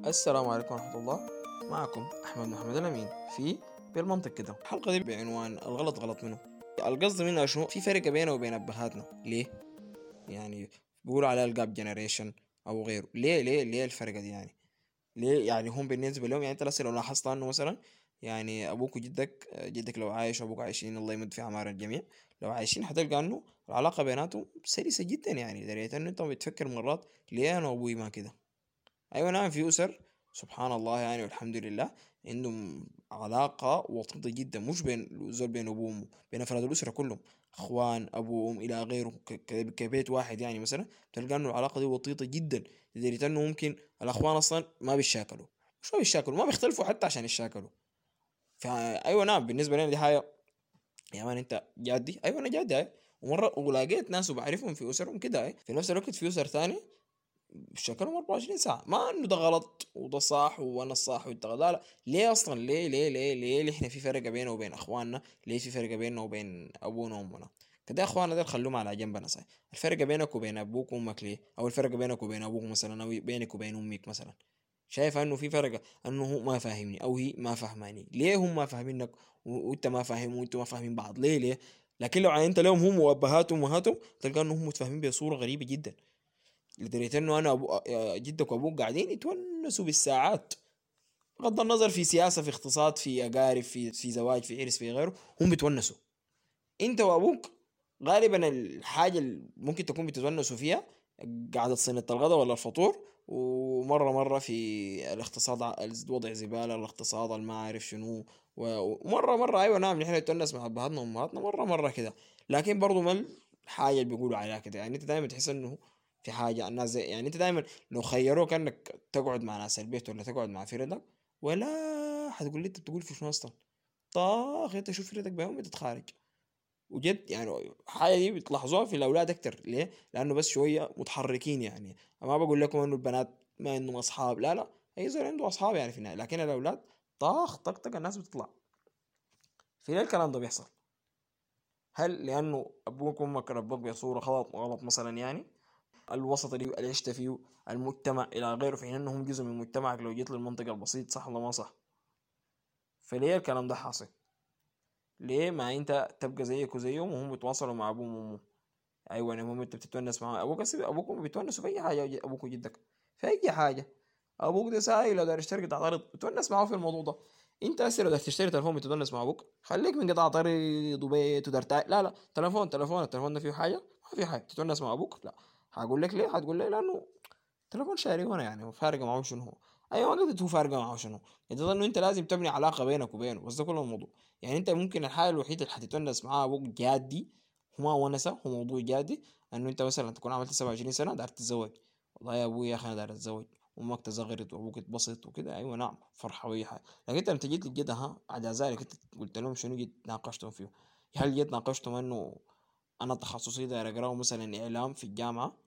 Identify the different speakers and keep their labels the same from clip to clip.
Speaker 1: السلام عليكم ورحمة الله. معكم أحمد محمد الأمين في بالمنطق كده. الحلقة دي بعنوان الغلط غلط منه. القصد منها شنو؟ في فرق بينه وبين أبهاتنا. ليه؟ يعني بيقولوا عليها الجاب جنريشن أو غيره. ليه الفرق دي يعني؟ ليه يعني هم بالنسبة لهم، يعني أنت لو لاحظت أنه مثلا يعني أبوك وجدك، جدك لو عايش وأبوك عايشين، الله يمد في أعمار الجميع، لو عايشين حتلقى أنه العلاقة بيناتهم سلسة جدا، يعني دريت أنه أنت بتفكر مرات ليه أنا وأبوي ما كده. ايوه نعم، في اسر سبحان الله يعني والحمد لله عندهم علاقة وطيدة جدا، مش بين زول بين ابوه وامه، بين افراد الاسرة كلهم، اخوان ابو ام الى غيره، كبيت واحد يعني مثلا تلقى انه العلاقة دي وطيدة جدا، لدرجة انه ممكن الاخوان اصلا ما بيشاكلوا، مش ما بيشاكلوا، ما بيختلفوا حتى عشان يشاكلوا. فايوه نعم، بالنسبة لنا دي حاجة. يا مان انت جادي؟ ايوه انا جادي هاي. ومرة ولاقيت ناس وبعرفهم في اسرهم كده هاي، في نفس الوقت في اسر تاني شكلهم 24 ساعة، ما انه ده غلط وده صح وانا الصح وانت غلط، لا لا. ليه اصلا؟ ليه احنا في فرق بيننا وبين اخواننا؟ ليه في فرق بيننا وبين ابونا وامنا؟ كده اخواننا ده خلوهم على جنبنا صحيح. الفرق بينك وبين ابوك وامك ليه؟ او الفرق بينك وبين ابوك مثلا، او بينك وبين امك مثلا، شايف انه في فرق، انه هو ما فاهمني او هي ما فاهماني. ليه هم ما فاهمينك وانت ما فاهم وانتوا ما فاهمين بعض؟ ليه؟ لكن لو عينت لهم هم وابهاتهم وامهاتهم تلقى انهم متفاهمين بصورة غريبة جدا، لدرجة انه انا جدك وابوك قاعدين يتونسوا بالساعات، بغض النظر في سياسة، في اقتصاد، في اقارب، في زواج، في عرس، في غيره، هم بيتونسوا. انت وابوك غالبا الحاجة اللي ممكن تكون بتتونسوا فيها قعدة صينية الغداء ولا الفطور، ومرة في الاقتصاد، وضع زبالة، الاقتصاد ما عارف شنو، ومرة ايوه نعم نحن نتونس مع ابهاتنا وامهاتنا مرة كده. لكن برضو ما الحاجة اللي بيقولوا عليها كده، يعني انت دايما تحس انه في حاجة الناس يعني انت دايما لو خيروك انك تقعد مع ناس البيت ولا تقعد مع فريندك، ولا حتقول لي انت بتقول في شنو اصلا؟ طاخ انت شوف فريندك بيوم تتخارج. وجد يعني الحاجة دي بتلاحظوها في الأولاد أكتر. ليه؟ لأنه بس شوية متحركين يعني. ما بقول لكم إنه البنات ما عندهم أصحاب، لا لا، هي زول عنده أصحاب يعني في النهاية، لكن الأولاد طاخ طق الناس بتطلع. في ليه الكلام ده بيحصل؟ هل لأنه أبوك وأمك ربوك بصورة غلط مثلا يعني؟ الوسط اللي عشت فيه، المجتمع إلى غيره، في حين إنهم جزء من مجتمعك لو جيت للمنطقة البسيط، صح ولا ما صح؟ فليه الكلام ده حاصل؟ ليه ما أنت تبقى زيك وزيهم وهم بيتواصلوا مع أبوهم وأمهم؟ ايوه انا المهم انت بتتونس مع ابوك، ابوك بيتونسوا في اي حاجه، ابوك وجدك في اي حاجه. ابوك ده ساي لو داير يشتري قطع طريق بتونس معه في الموضوع ده. انت هسه لو داير تشتري تليفون بتتونس مع ابوك، خليك من قطع طريق وبيت لا لا، التليفون ده فيه حاجه؟ ما في حاجه تتونس مع ابوك؟ لا. هقول لك ليه، هتقول لي لانه تليفون شاري هنا يعني فارقه معه شنو هو. ايوه ما قلت هو فارقه معه شنو، يتظن انه انت لازم تبني علاقه بينك وبينه، بس ده كل الموضوع. يعني انت ممكن الحاجه الوحيده اللي حتتونس معاها ابوك جادي، هو ما ونسه، هو موضوع جادي، انه انت مثلا تكون عملت 27 سنه دار تتزوج، والله يا ابوي يا اخي انا دار اتزوج، امك تزغرت وابوك اتبسط وكده، ايوه نعم فرحه واي حاجه. لكن انت لما جيت للجد ها على ذلك انت قلت لهم شنو؟ جيت ناقشتهم فيه؟ هل جيت ناقشتهم انه انا تخصصي داير اقراه مثلا اعلام في الجامعه،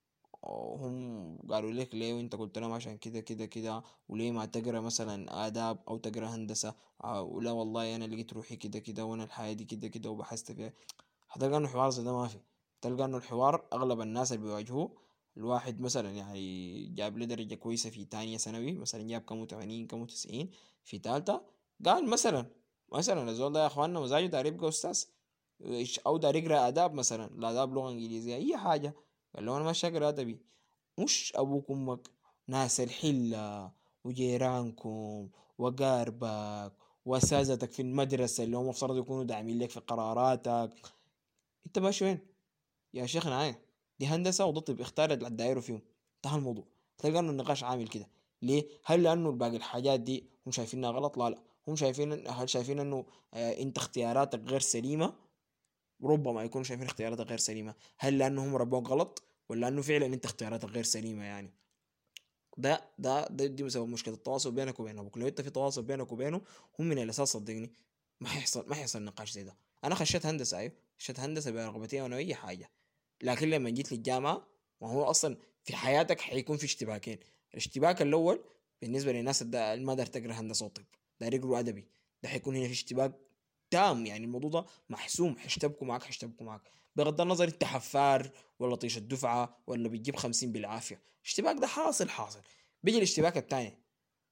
Speaker 1: هم قالوا لك ليه وانت قلت لهم عشان كده وليه ما تقرا مثلا آداب او تقرا هندسة؟ ولا والله انا لقيت روحي كده وانا الحياة دي كده وبحثت فيها. هتلقى انه الحوار زي ده ما في. تلقى انه الحوار اغلب الناس اللي بيواجهوه، الواحد مثلا يعني جاب لي درجة كويسة في تانية ثانوي مثلا، جاب كم 80 كم 90 في تالتة، قال مثلا الزول ده يا اخواننا مزاجه داير يبقى استاذ، او داير يقرا آداب مثلا، الآداب لغة انجليزية اي حاجة، قال له انا ماشي اقرا ادبي. مش ابوك وامك، ناس الحلة وجيرانكم وقاربك واساتذتك في المدرسة اللي هم مفترض يكونوا داعمين لك في قراراتك، انت ماشي وين يا شيخ معايا؟ دي هندسة وده طب، اختار اللي هتدايره فيهم، انتهى الموضوع. تلقى انه النقاش عامل كده. ليه؟ هل لانه باقي الحاجات دي هم شايفينها غلط؟ لا لا، هم شايفين، هل شايفين انه انت اختياراتك غير سليمة؟ ربما يكونوا شايفين اختياراتك غير سليمة. هل لانه هم ربوك غلط، ولا انه فعلا انت اختياراتك غير سليمة يعني؟ دي بسبب مشكله التواصل بينك وبين ابوك. لو انت في تواصل بينك وبينه، هم من الاساس صدقني ما حيحصل نقاش زي ده. انا خشيت هندسه، ايوه خشيت هندسه برغبتي وانا اي حاجه، لكن لما جيت للجامعه، وهو اصلا في حياتك حيكون في اشتباكين. الاشتباك الاول بالنسبه للناس اللي ما دار تقرا هندسه وطب، داير يقروا ادبي، ده حيكون هنا في اشتباك تام، يعني الموضوع ده محسوم، حيشتبكوا معاك بغض النظر انت حفار ولا طيش الدفعه ولا بتجيب 50 بالعافيه، الاشتباك ده حاصل. بيجي الاشتباك التاني،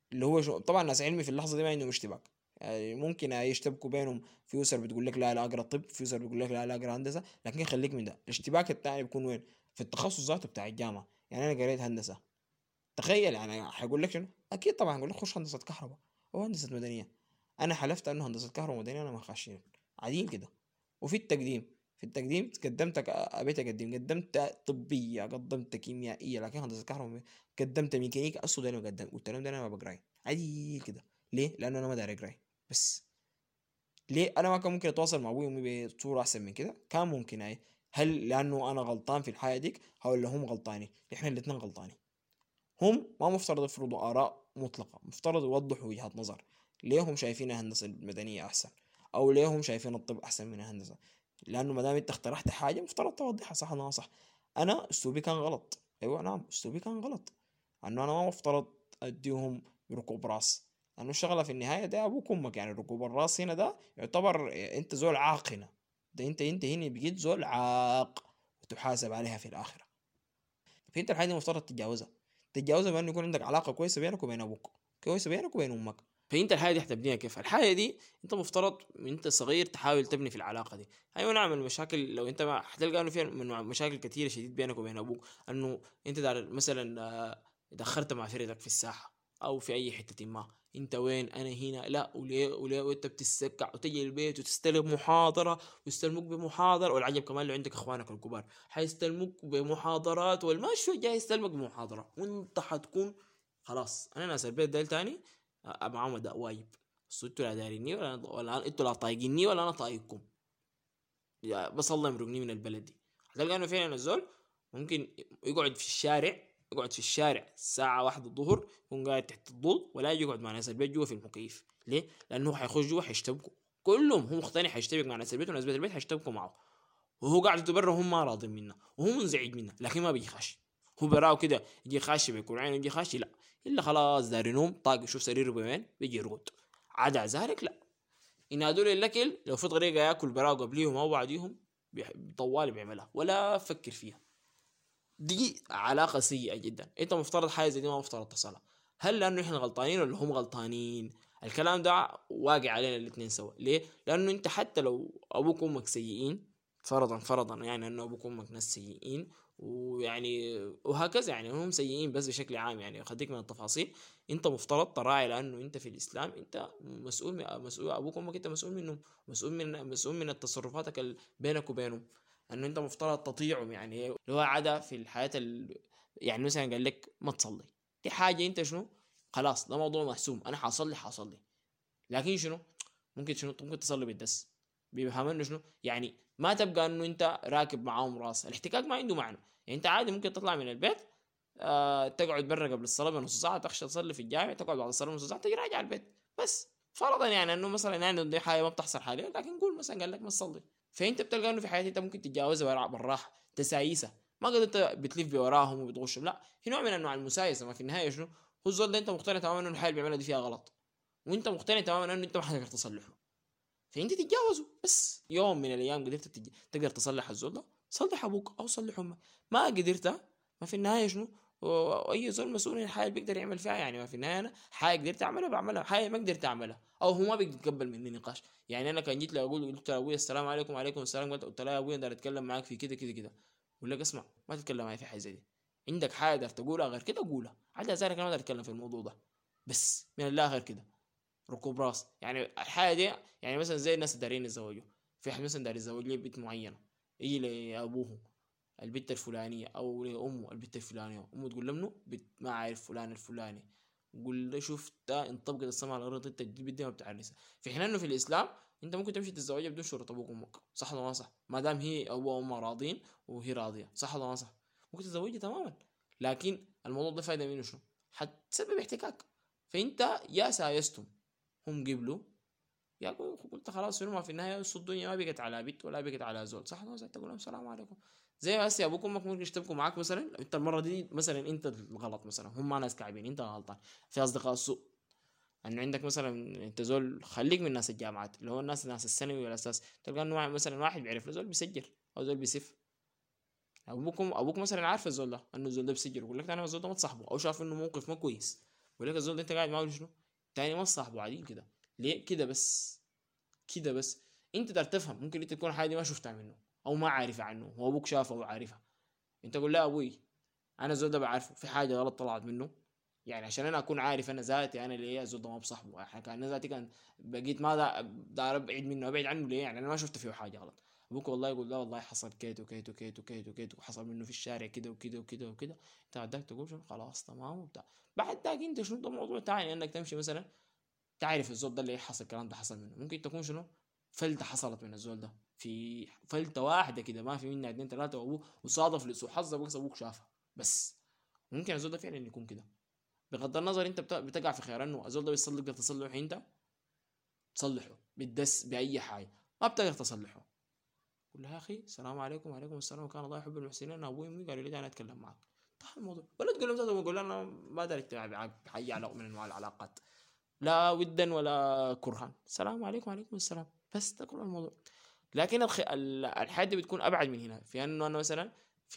Speaker 1: اللي هو طبعا ناس علمي في اللحظه دي ما عندهم اشتباك، يعني ممكن يشتبكوا بينهم، في يوسر بتقول لك لا لا اقرا طب، في يوسر بيقول لك لا لا اقرا هندسه، لكن خليك من ده. الاشتباك الثاني بيكون وين؟ في التخصص ذاته بتاع الجامعه. يعني انا قريت هندسه، تخيل يعني حيقول لك شنو؟ اكيد طبعا هقول لك خش هندسه كهرباء او هندسه مدنيه. انا حلفت انه هندسه كهرباء ومدنيه انا ما خاشين عاديين كده. وفي التقديم، في التقديم قدمت، ابيت اقدم، قدمت طبيه، قدمت كيميائيه، لكن هندسه كهرباء، قدمت ميكانيكا اصلا ده انا قدم، قلت لهم ده انا ما بقراي عادي كده. ليه؟ لانه انا ما داري اقراي. بس ليه انا ما كان ممكن اتواصل مع ابوي وامي بصوره احسن من كده؟ كان ممكن اي. هل لانه انا غلطان في الحياه ديك ولا هم غلطانين؟ احنا الاثنين غلطانين. هم ما مفترض يفرضوا آراء مطلقة، مفترض يوضحوا وجهات نظر. ليه هم شايفين الهندسة المدنية أحسن، أو ليه هم شايفين الطب أحسن من الهندسة؟ لأنه ما دام أنت اقترحت حاجة مفترض توضحها صح ولا صح. أنا أسلوبي كان غلط، أيوة نعم أسلوبي كان غلط، أنه أنا ما مفترض أديهم بركوب راس. لأنه الشغلة في النهاية ده أبوك وأمك، يعني ركوب الراس هنا ده يعتبر أنت زول عاق هنا. ده أنت هنا بقيت زول عاق وتحاسب عليها في الآخرة. فانت الحاجه دي مفترض تتجاوزها، تتجاوزها بان يكون عندك علاقه كويسه بينك وبين ابوك، كويسه بينك وبين امك. فانت الحاجه دي هتبنيها كيف؟ الحاجه دي انت مفترض انت صغير تحاول تبني في العلاقه دي. ايوه نعم المشاكل لو انت ما حتلقى انه في من مشاكل كثيره شديد بينك وبين ابوك، انه انت دار مثلا دخلت مع فريقك في الساحه او في اي حته ما، انت وين انا هنا لا وليه وليه، وانت بتتسكع وتجي البيت وتستلم محاضره ويستلموك بمحاضره، والعجب كمان لو عندك اخوانك الكبار حيستلموك بمحاضرات، والمشي جاي يستلمك بمحاضرة، وانت حتكون خلاص انا ناس البيت ده تاني معاهم اداء واجب. بس انتوا لا داريني ولا انتوا لا طايقيني ولا انا طايقكم. بس الله يمرقني من البلد دي. هتلقى انه فعلا الزول ممكن يقعد في الشارع، يقعد في الشارع الساعة واحدة الظهر يكون قاعد تحت الظل، ولا يجي يقعد مع ناس البيت جوا في المكيف. ليه؟ لأنه حيخش جوا حيشتبكوا كلهم، هو مقتنع حيشتبك مع ناس البيت وناس بيت البيت حيشتبكوا معه، وهو قاعد برا هم ما راضين منه وهو منزعج منه، لكن ما بيجي خاش. هو براو كده يجي خاش بيكون عينه يجي خاش لا، الا خلاص داري نوم طاق يشوف سريره بوين بيجي يرقد. عدا ذلك لا، ينادوا له الاكل لو في طريقه ياكل براو قبليهم او بعديهم طوالي بيعملها ولا فكر فيها. دي علاقه سيئه جدا، انت مفترض حاجه زي دي ما مفترض تصلها. هل لانه احنا غلطانين ولا هم غلطانين؟ الكلام ده واقع علينا الاثنين سوا. ليه؟ لانه انت حتى لو ابوك وامك سيئين، فرضا يعني انه ابوك وامك ناس سيئين، ويعني وهكذا يعني هم سيئين بس بشكل عام، يعني خديك من التفاصيل. انت مفترض تراعي لانه انت في الاسلام انت مسؤول ابوك وامك، انت مسؤول منهم، مسؤول من التصرفاتك بينك وبينهم. انه انت مفترض تطيعهم، يعني اللي هو عدا في الحياه يعني مثلا قال لك ما تصلي، دي حاجه انت شنو خلاص ده موضوع محسوم، انا حاصلي. لكن شنو ممكن تصلي بالدس، بيفهم انه شنو يعني ما تبقى انه انت راكب معاهم راس، الاحتكاك ما عنده معنى. يعني انت عادي ممكن تطلع من البيت تقعد برا قبل الصلاه بنص ساعه، تخشى تصلي في الجامع، تقعد بعد الصلاه نص ساعه، تجي راجع البيت. بس فرضا يعني انه مثلا يعني دي حاجه ما بتحصل حاليا، لكن قول مثلا قال لك ما تصلي، فانت بتلقى انه في حياتك انت ممكن تتجاوزها بالراحه تسايسه، ما قد انت بتلف بوراهم وبتغشهم، لا في نوع من انواع المسايسه. ما في النهايه شنو هو الزول ده انت مقتنع تماما انه الحاجه اللي بيعملها دي فيها غلط، وانت مقتنع تماما انه انت ما حتقدر تصلحه، فانت تتجاوزه. بس يوم من الايام قدرت تقدر تصلح الزول ده، صلح ابوك او صلح امك. ما قدرت، ما في النهايه شنو اي زول مسؤول عن الحاجه بيقدر يعمل فيها. يعني ما في النهايه انا حاجه قدرت اعملها بعملها، حاجه ما قدرت اعملها او هو ما بيتقبل مني نقاش. يعني انا كان جيت له اقول قلت لابويا السلام عليكم وعليكم السلام، قلت له يا ابويا اقدر اتكلم معاك في كده كده كده، يقول لك اسمع ما تتكلم معي في حاجه زي دي، عندك حاجه تقدر تقولها غير كده قولها، عدا ذلك انا ما اقدر اتكلم في الموضوع ده. بس من الاخر كده ركوب راس. يعني الحاجه دي يعني مثلا زي الناس دارين يتزوجوا، في واحد مثلا دار يتزوج لي بنت معينه، يجي لابوه البنت الفلانيه او لامه البنت الفلانيه، امه تقول له منو بنت ما عارف فلان الفلاني، قول له شفت انطبقت السماء على الارض، انت دي بدي ما بتعرسها. في حين انه في الاسلام انت ممكن تمشي تتزوجها بدون شروط ابوك وامك، صح ولا ما صح؟ ما دام هي ابوها وامها راضين وهي راضيه، صح ولا ما صح؟ ممكن تتزوجها تماما. لكن الموضوع ده فايده منه شنو؟ حتسبب احتكاك. فانت يا سايستم هم قبلوا، يا قلت خلاص شنو، ما في النهايه الدنيا ما بقت على بيت ولا بقت على زول، صح ولا تقول لهم السلام عليكم. زي ما هسه ابوك وامك ممكن يشتبكوا معاك، مثلا انت المره دي مثلا انت الغلط، مثلا هم ما ناس كعبين انت غلطان في اصدقاء السوء، انه عندك مثلا انت زول خليك من ناس الجامعات اللي هو ناس الثانوي والاساس، تلقى انه مثلا واحد بيعرف له زول بيسجل او زول بيسف، ابوك مثلا عارف الزول ده انه الزول ده بيسجل، يقول لك انا الزول ده ما تصاحبه، او شاف انه موقف ما كويس، ولك الزول ده انت قاعد معه شنو تاني ما صاحبه عديل كده. ليه كده بس؟ كده بس انت تقدر تفهم، ممكن انت تكون حاجه دي ما شفتها منه او ما عارفها عنه، هو ابوك شافها وعارفها، انت قول لا ابوي انا الزول ده بعرفه في حاجه غلط طلعت منه، يعني عشان انا اكون عارف انا ذاتي انا ليه الزول ده ما بصاحبه، يعني كان انا ذاتي كان بقيت ما دار ابعد منه ابعد عنه ليه؟ يعني انا ما شفت فيه حاجه غلط. ابوك والله يقول لا والله حصل كيت وكيت وكيت وكيت وكيت وحصل منه في الشارع كده وكده وكده وكده، انت بعدك تقول شنو خلاص تمام وبتاع. بعد ذاك انت شنو ده موضوع تاني انك تمشي مثلا تعرف الزول ده اللي حصل الكلام ده حصل منه، ممكن تكون شنو فلتة حصلت من الزول ده في فلتة واحدة كده ما في منها اتنين تلاتة، وابوه وصادف لسوء حظ ابوك شافها بس. ممكن الزول ده فعلا يكون كده، بغض النظر انت بتقع في خيار انه الزول ده بيصلح تقدر تصلحه انت تصلحه بتدس باي حاجه، ما بتقدر تصلحه قول له يا اخي السلام عليكم وعليكم السلام وكان الله يحب المحسنين، انا ابوي امي قالوا لي انا اتكلم معك انتهى الموضوع. ولا تقول لهم تقول انا ما داري بأي علاقه من انواع العلاقات، لا ودا ولا كرها، السلام عليكم وعليكم السلام بس ده كل الموضوع. لكن الحياة دي بتكون ابعد من هنا، في انه انا مثلا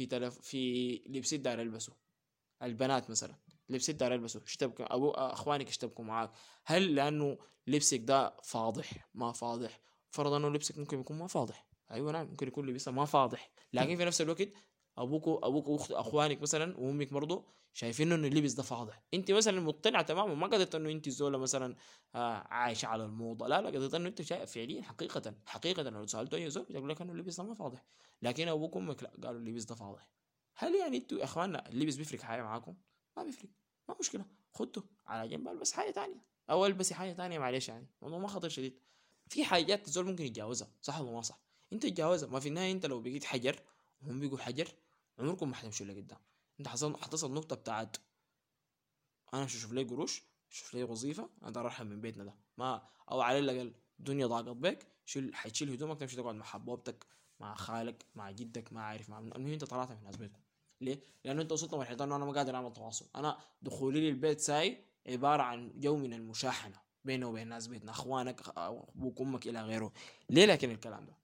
Speaker 1: في لبس دار البسه البنات مثلا، لبسك دار يلبسه اشتبكوا ابو اخوانك اشتبكوا معاك، هل لانه لبسك ده فاضح ما فاضح؟ فرضا انه لبسك ممكن يكون ما فاضح، ايوه نعم ممكن يكون لبسه ما فاضح، لكن في نفس الوقت ابوك واخت اخوانك مثلا وامك برضه شايفين انه اللبس ده فاضح، انت مثلا مقتنع تماما ما قدرت انه انت زوله مثلا عايشه على الموضه، لا قدرت انه انت شايف فعليا حقيقه لو سالته اي زول يقول لك انه اللبس ده ما فاضح، لكن ابوك وامك لا قالوا اللبس ده فاضح. هل يعني انتوا يا اخواننا اللبس بيفرق حاجه معاكم؟ ما بيفرق، ما مشكله خدته على جنب البس حاجه تانية او البسي حاجه تانية معلش، يعني الموضوع ما خطر شديد. في حاجات الزول ممكن يتجاوزها صح ولا ما صح؟ انت تتجاوزها، ما في النهايه انت لو بقيت حجر وهم بيقوا حجر عمركم ما حتمشوا لقدام. انت حتصل النقطه بتاعت انا مش اشوف لي قروش شوف لي وظيفه اقدر ارحم من بيتنا ده ما، او على الاقل الدنيا ضاقت بك حتشيل هدومك تمشي تقعد مع حبوبتك مع خالك مع جدك ما عارف مع المهم انت طلعت من ازمتكم. ليه؟ لانه انت وصلت مرحله انه انا ما قادر اعمل تواصل، انا دخولي للبيت ساي عباره عن جو من المشاحنه بينه وبين ناس بيتنا اخوانك ابوك امك الى غيره. ليه لكن الكلام ده؟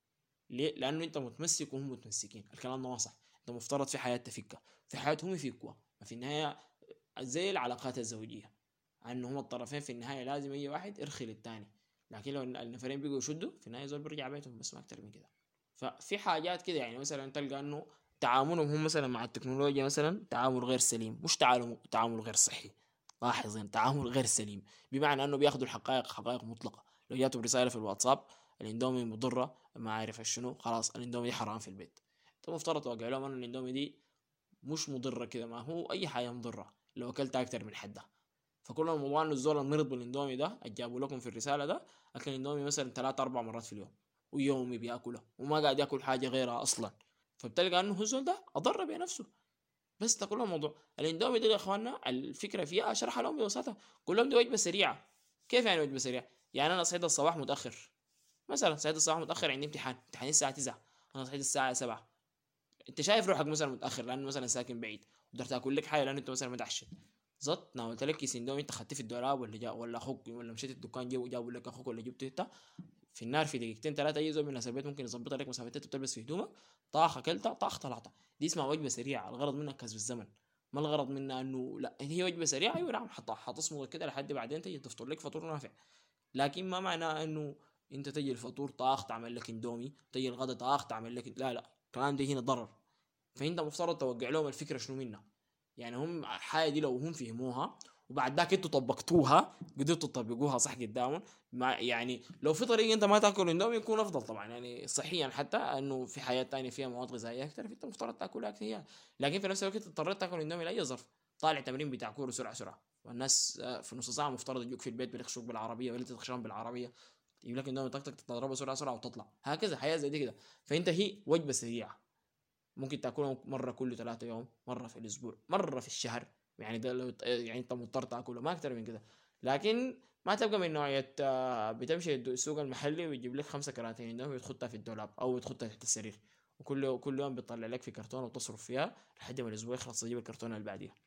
Speaker 1: ليه؟ لانه انت متمسك وهم متمسكين، الكلام ده ما صح، انت مفترض في حياه تفكها في حياتهم يفكوا، في النهايه زي العلاقات الزوجيه انه هم الطرفين في النهايه لازم اي واحد يرخي للتاني، لكن لو النفرين بيقوا يشدوا في النهايه زول بيرجع بيتهم بس ما اكتر من كده. ففي حاجات كده يعني مثلا تلقى انه تعاملهم هم مثلا مع التكنولوجيا مثلا تعامل غير سليم، مش تعامل غير صحي، لاحظين تعامل غير سليم، بمعنى انه بياخذوا الحقائق حقائق مطلقه، لو جاتهم رساله في الواتساب الاندومي مضره ما عارف شنو خلاص الاندومي دي حرام في البيت، انت مفترض توقع لهم انه الاندومي دي مش مضره كده، ما هو اي حاجه مضره لو اكلتها اكتر من حدها. فكل الموضوع انه الزول المرض بالاندومي ده جابوا لكم في الرساله ده اكل اندومي مثلا 3 4 مرات في اليوم ويومي بياكلها وما قاعد ياكل حاجه غيرها اصلا، فبتلقى انه الزول ده اضر بنفسه. بس ده كل الموضوع. الاندومي دي يا اخواننا الفكره فيها اشرحها لهم ببساطه، كل لهم دي وجبه سريعه. كيف يعني وجبه سريعه؟ يعني انا صحيت الصباح متاخر مثلا، صحيت الصباح متاخر عندي امتحاني الساعه 9، انا صحيت الساعه 7، انت شايف روحك مثلا متاخر لانه مثلا ساكن بعيد وقدرت تاكل لك حاجه لانه انت مثلا متعشى زت ناولت لك كيس اندومي انت خدته في الدولاب ولا ولا اخوك ولا مشيت الدكان جابوا لك اخوك ولا جبته انت في النار في دقيقتين ثلاثه اي زول من الناس البيت ممكن يظبط لك مسافتين تلبس في هدومك طاخ اكلتها طاخ طلعتها. دي اسمها وجبه سريعه، الغرض منها كسب الزمن، ما الغرض منها انه لا هي وجبه سريعه ايوه نعم حتصمد كده لحد بعدين تيجي تفطر لك فطور نافع، لكن ما معناه انه انت تجي الفطور طاخ تعمل لك اندومي تجي الغدا طاخ تعمل لك لا الكلام ده هنا ضرر. فانت مفترض توقع لهم الفكره شنو منها، يعني هم الحاجه دي لو هم فهموها وبعد ذاك انتوا طبقتوها قدرتوا تطبقوها صح قدامهم، ما يعني لو في طريقه انت ما تاكل اندومي يكون افضل طبعا يعني صحيا، حتى انه في حياه تانية فيها مواد غذائيه اكثر فانت مفترض تاكلها كثير، لكن في نفس الوقت اضطريت تاكل اندومي لاي ظرف، طالع تمرين بتاع كوره سرعه والناس في نص ساعه مفترض يجوك في البيت بيخشوك بالعربيه ولا تخشون بالعربيه يجيب لك اندومي طقطق تضربه سرعه وتطلع هكذا حياه زي دي كده. فانت هي وجبه سريعه ممكن تاكلهم مره كل 3 يوم، مره في الاسبوع، مره في الشهر، يعني ده لو يعني انت مضطر تاكله ما اكتر من كده، لكن ما تبقى من نوعيه بتمشي السوق المحلي ويجيب لك 5 كراتين اندومي وتحطها في الدولاب او تحطها تحت السرير وكل يوم بيطلع لك في كرتونه وتصرف فيها لحد ما الاسبوع يخلص تجيب الكرتونه اللي بعديها.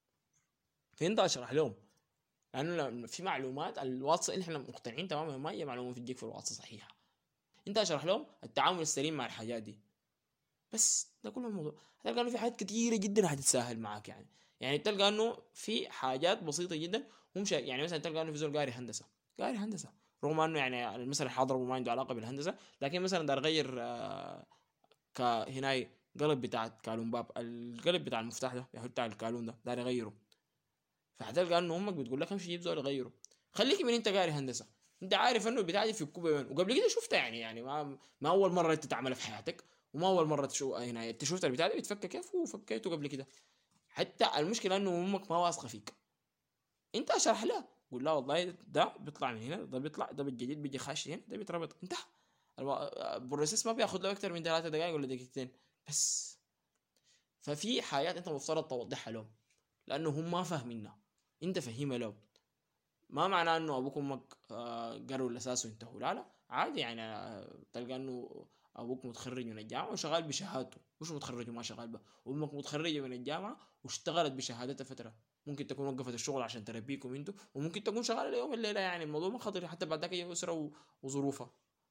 Speaker 1: فانت اشرح لهم لانه في معلومات الواتس اللي احنا مقتنعين تماما ما هي معلومه في تجيك في الواتس صحيحه، انت اشرح لهم التعامل السليم مع الحاجات دي بس ده كل الموضوع، هتلقى انه في حاجات كتيره جدا هتتساهل معاك يعني يعني تلقى انه في حاجات بسيطه جدا هم يعني مثلا تلقى انه في زول قاري هندسه، قاري هندسه رغم انه يعني مثلا حاضره ما عنده علاقه بالهندسه، لكن مثلا دار غير هناي قلب بتاع كالون باب، القلب بتاع المفتاح ده يا بتاع الكالون ده دار يغيره، فحتلقى انه امك بتقول لك امشي جيب زول يغيره. خليك من انت قاري هندسه، انت عارف انه البتاع دي في الكوبا وين، وقبل كده شفتها يعني ما اول مره انت تعملها في حياتك، وما اول مره تشوف هنا انت شفت البتاع دي بتفكر كيف وفكيته قبل كده. حتى المشكله انه امك ما واثقه فيك، انت اشرح لها قول لها والله ده بيطلع من هنا، ده بيطلع ده بالجديد بيجي خاش هنا، ده بيتربط انتهى. البروسيس ما بياخد له اكتر من 3 دقائق ولا دقيقتين بس. ففي حاجات انت مفترض توضحها لهم لانه هم ما فاهمينها، انت فهمها لهم. ما معناه انه ابوك وامك قروا الاساس وانتهوا، لا لا عادي يعني. تلقى انه ابوك متخرج من الجامعه وشغال بشهادته، مش متخرج وما شغال بها، وامك متخرجه من الجامعه واشتغلت بشهادتها فتره، ممكن تكون وقفت الشغل عشان تربيكم انتوا، وممكن تكون شغاله ليوم الليله، يعني الموضوع ما خطر حتى بعد ذاك هي اسره وظروفها.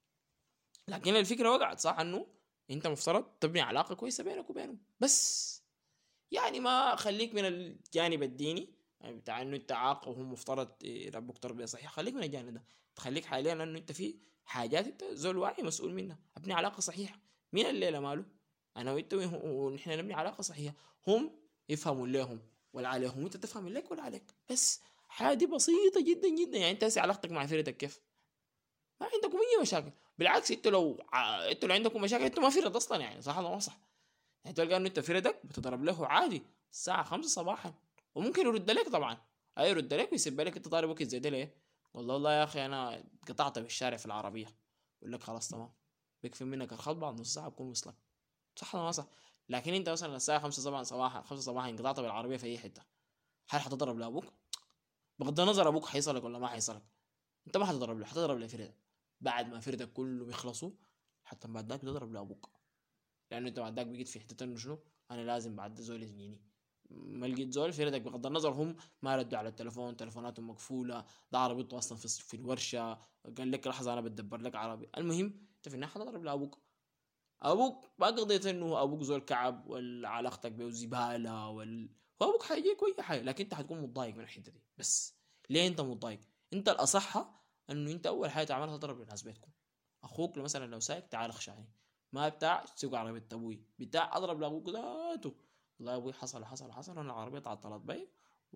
Speaker 1: لكن الفكره وقعت صح انه انت مفترض تبني علاقه كويسه بينك وبينهم بس. يعني ما خليك من الجانب الديني يعني بتاع انه انت عاق وهم مفترض يربوك تربيه صحيحه، خليك من الجانب ده. تخليك حاليا انه انت في حاجات انت زول واعي مسؤول منها، ابني علاقه صحيحه. مين الليله ماله انا وانت ونحن نبني علاقه صحيحه، هم يفهموا ليهم ولا عليهم، وانت تفهم لك ولا عليك بس. حاجه بسيطه جدا جدا. يعني انت هسه علاقتك مع فريدك كيف؟ ما عندكم اي مشاكل، بالعكس انتوا لو انتوا لو عندكم مشاكل انتوا ما فرد اصلا، يعني صح ولا ما صح؟ يعني تلقى انه انت فردك بتضرب له عادي الساعة 5 صباحا، وممكن يرد لك طبعا، اي يرد لك ويسيب لك انت طالب وقت زي ده ليه؟ والله يا اخي انا قطعت بالشارع في العربية، يقول لك خلاص تمام بيكفي منك الخط بعد نص ساعة بكون وصلك، صح ولا ما صح؟ لكن انت مثلا الساعة 5 صباحا 5 صباحا انقطعت بالعربية في اي حتة، هل حتضرب لابوك؟ بغض النظر ابوك حيصلك ولا ما حيصلك، انت ما حتضرب له، حتضرب لفردك بعد ما فردك كله بيخلصوا، حتى بعد ذاك تضرب لابوك، لانه انت بعد ذاك بقيت في حته انه شنو انا لازم بعد زول يجيني، ما لقيت زول في ردك. بغض النظر هم ما ردوا على التليفون، تليفوناتهم مقفوله، ده عربيته اصلا في الورشه، قال لك لحظه انا بتدبر لك عربي، المهم انت في النهايه حتضرب لابوك. ابوك ما قضيت انه ابوك زول كعب ولا علاقتك به زباله هو ابوك حيجيك اي حاجه، لكن انت حتكون متضايق من الحته دي بس. ليه انت متضايق؟ انت الاصح انه انت اول حاجه تعملها تضرب لناس بيتكم. اخوك مثلا لو سايق تعال اخشعني، ما بتاع سوق عربية ابوي بتاع اضرب لابوك ذاته، والله يا ابوي حصل انا العربية تعطلت بي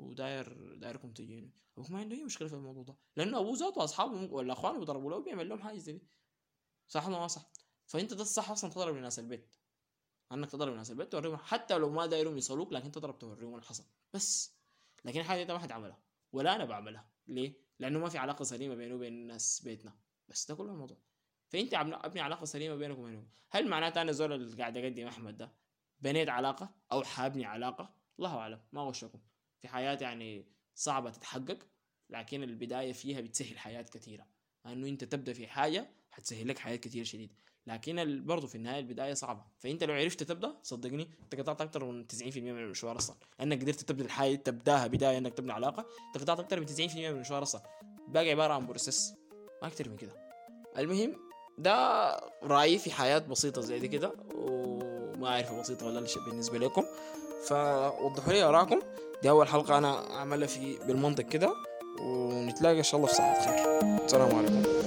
Speaker 1: دايركم تجيني، ابوك ما عنده اي مشكلة في الموضوع ده، لانه ابوه ذاته واصحابه ولا اخوانه بيضربوا له بيعمل لهم حاجة زي دي، صح ولا ما صح؟ فانت ده الصح اصلا تضرب لناس البيت، انك تضرب لناس البيت توريهم حتى لو ما دايرهم يصلوك، لكن تضرب توريهم اللي حصل بس. لكن الحاجة دي ما حد عملها ولا انا بعملها، ليه؟ لانه ما في علاقة سليمة بينه وبين الناس بيتنا بس، ده كل الموضوع. فانت ابني علاقه سليمه بينك وبينهم. هل معناته انا زول اللي قاعد اقدم احمد ده بنيت علاقه او حابني علاقه؟ الله اعلم ما غشكم. في حياه يعني صعبه تتحقق، لكن البدايه فيها بتسهل حياه كثيره، انه انت تبدا في حاجه حتسهل لك حياه كثير شديد، لكن برضه في النهايه البدايه صعبه. فانت لو عرفت تبدا صدقني انت قطعت اكثر من 90% من المشوار اصلا، لانك قدرت تبدا الحاجه تبداها بدايه انك تبني علاقه، انت قطعت اكثر من 90% من المشوار اصلا، باقي عباره عن بروسيس ما اكثر من كده. المهم ده رأيي في حياة بسيطة زي دي كده، وما أعرف بسيطة ولا لا بالنسبة لكم، فوضحوا لي آراءكم. دي أول حلقة أنا أعملها في بالمنطق كده، ونتلاقى إن شاء الله في ساعة خير. السلام عليكم.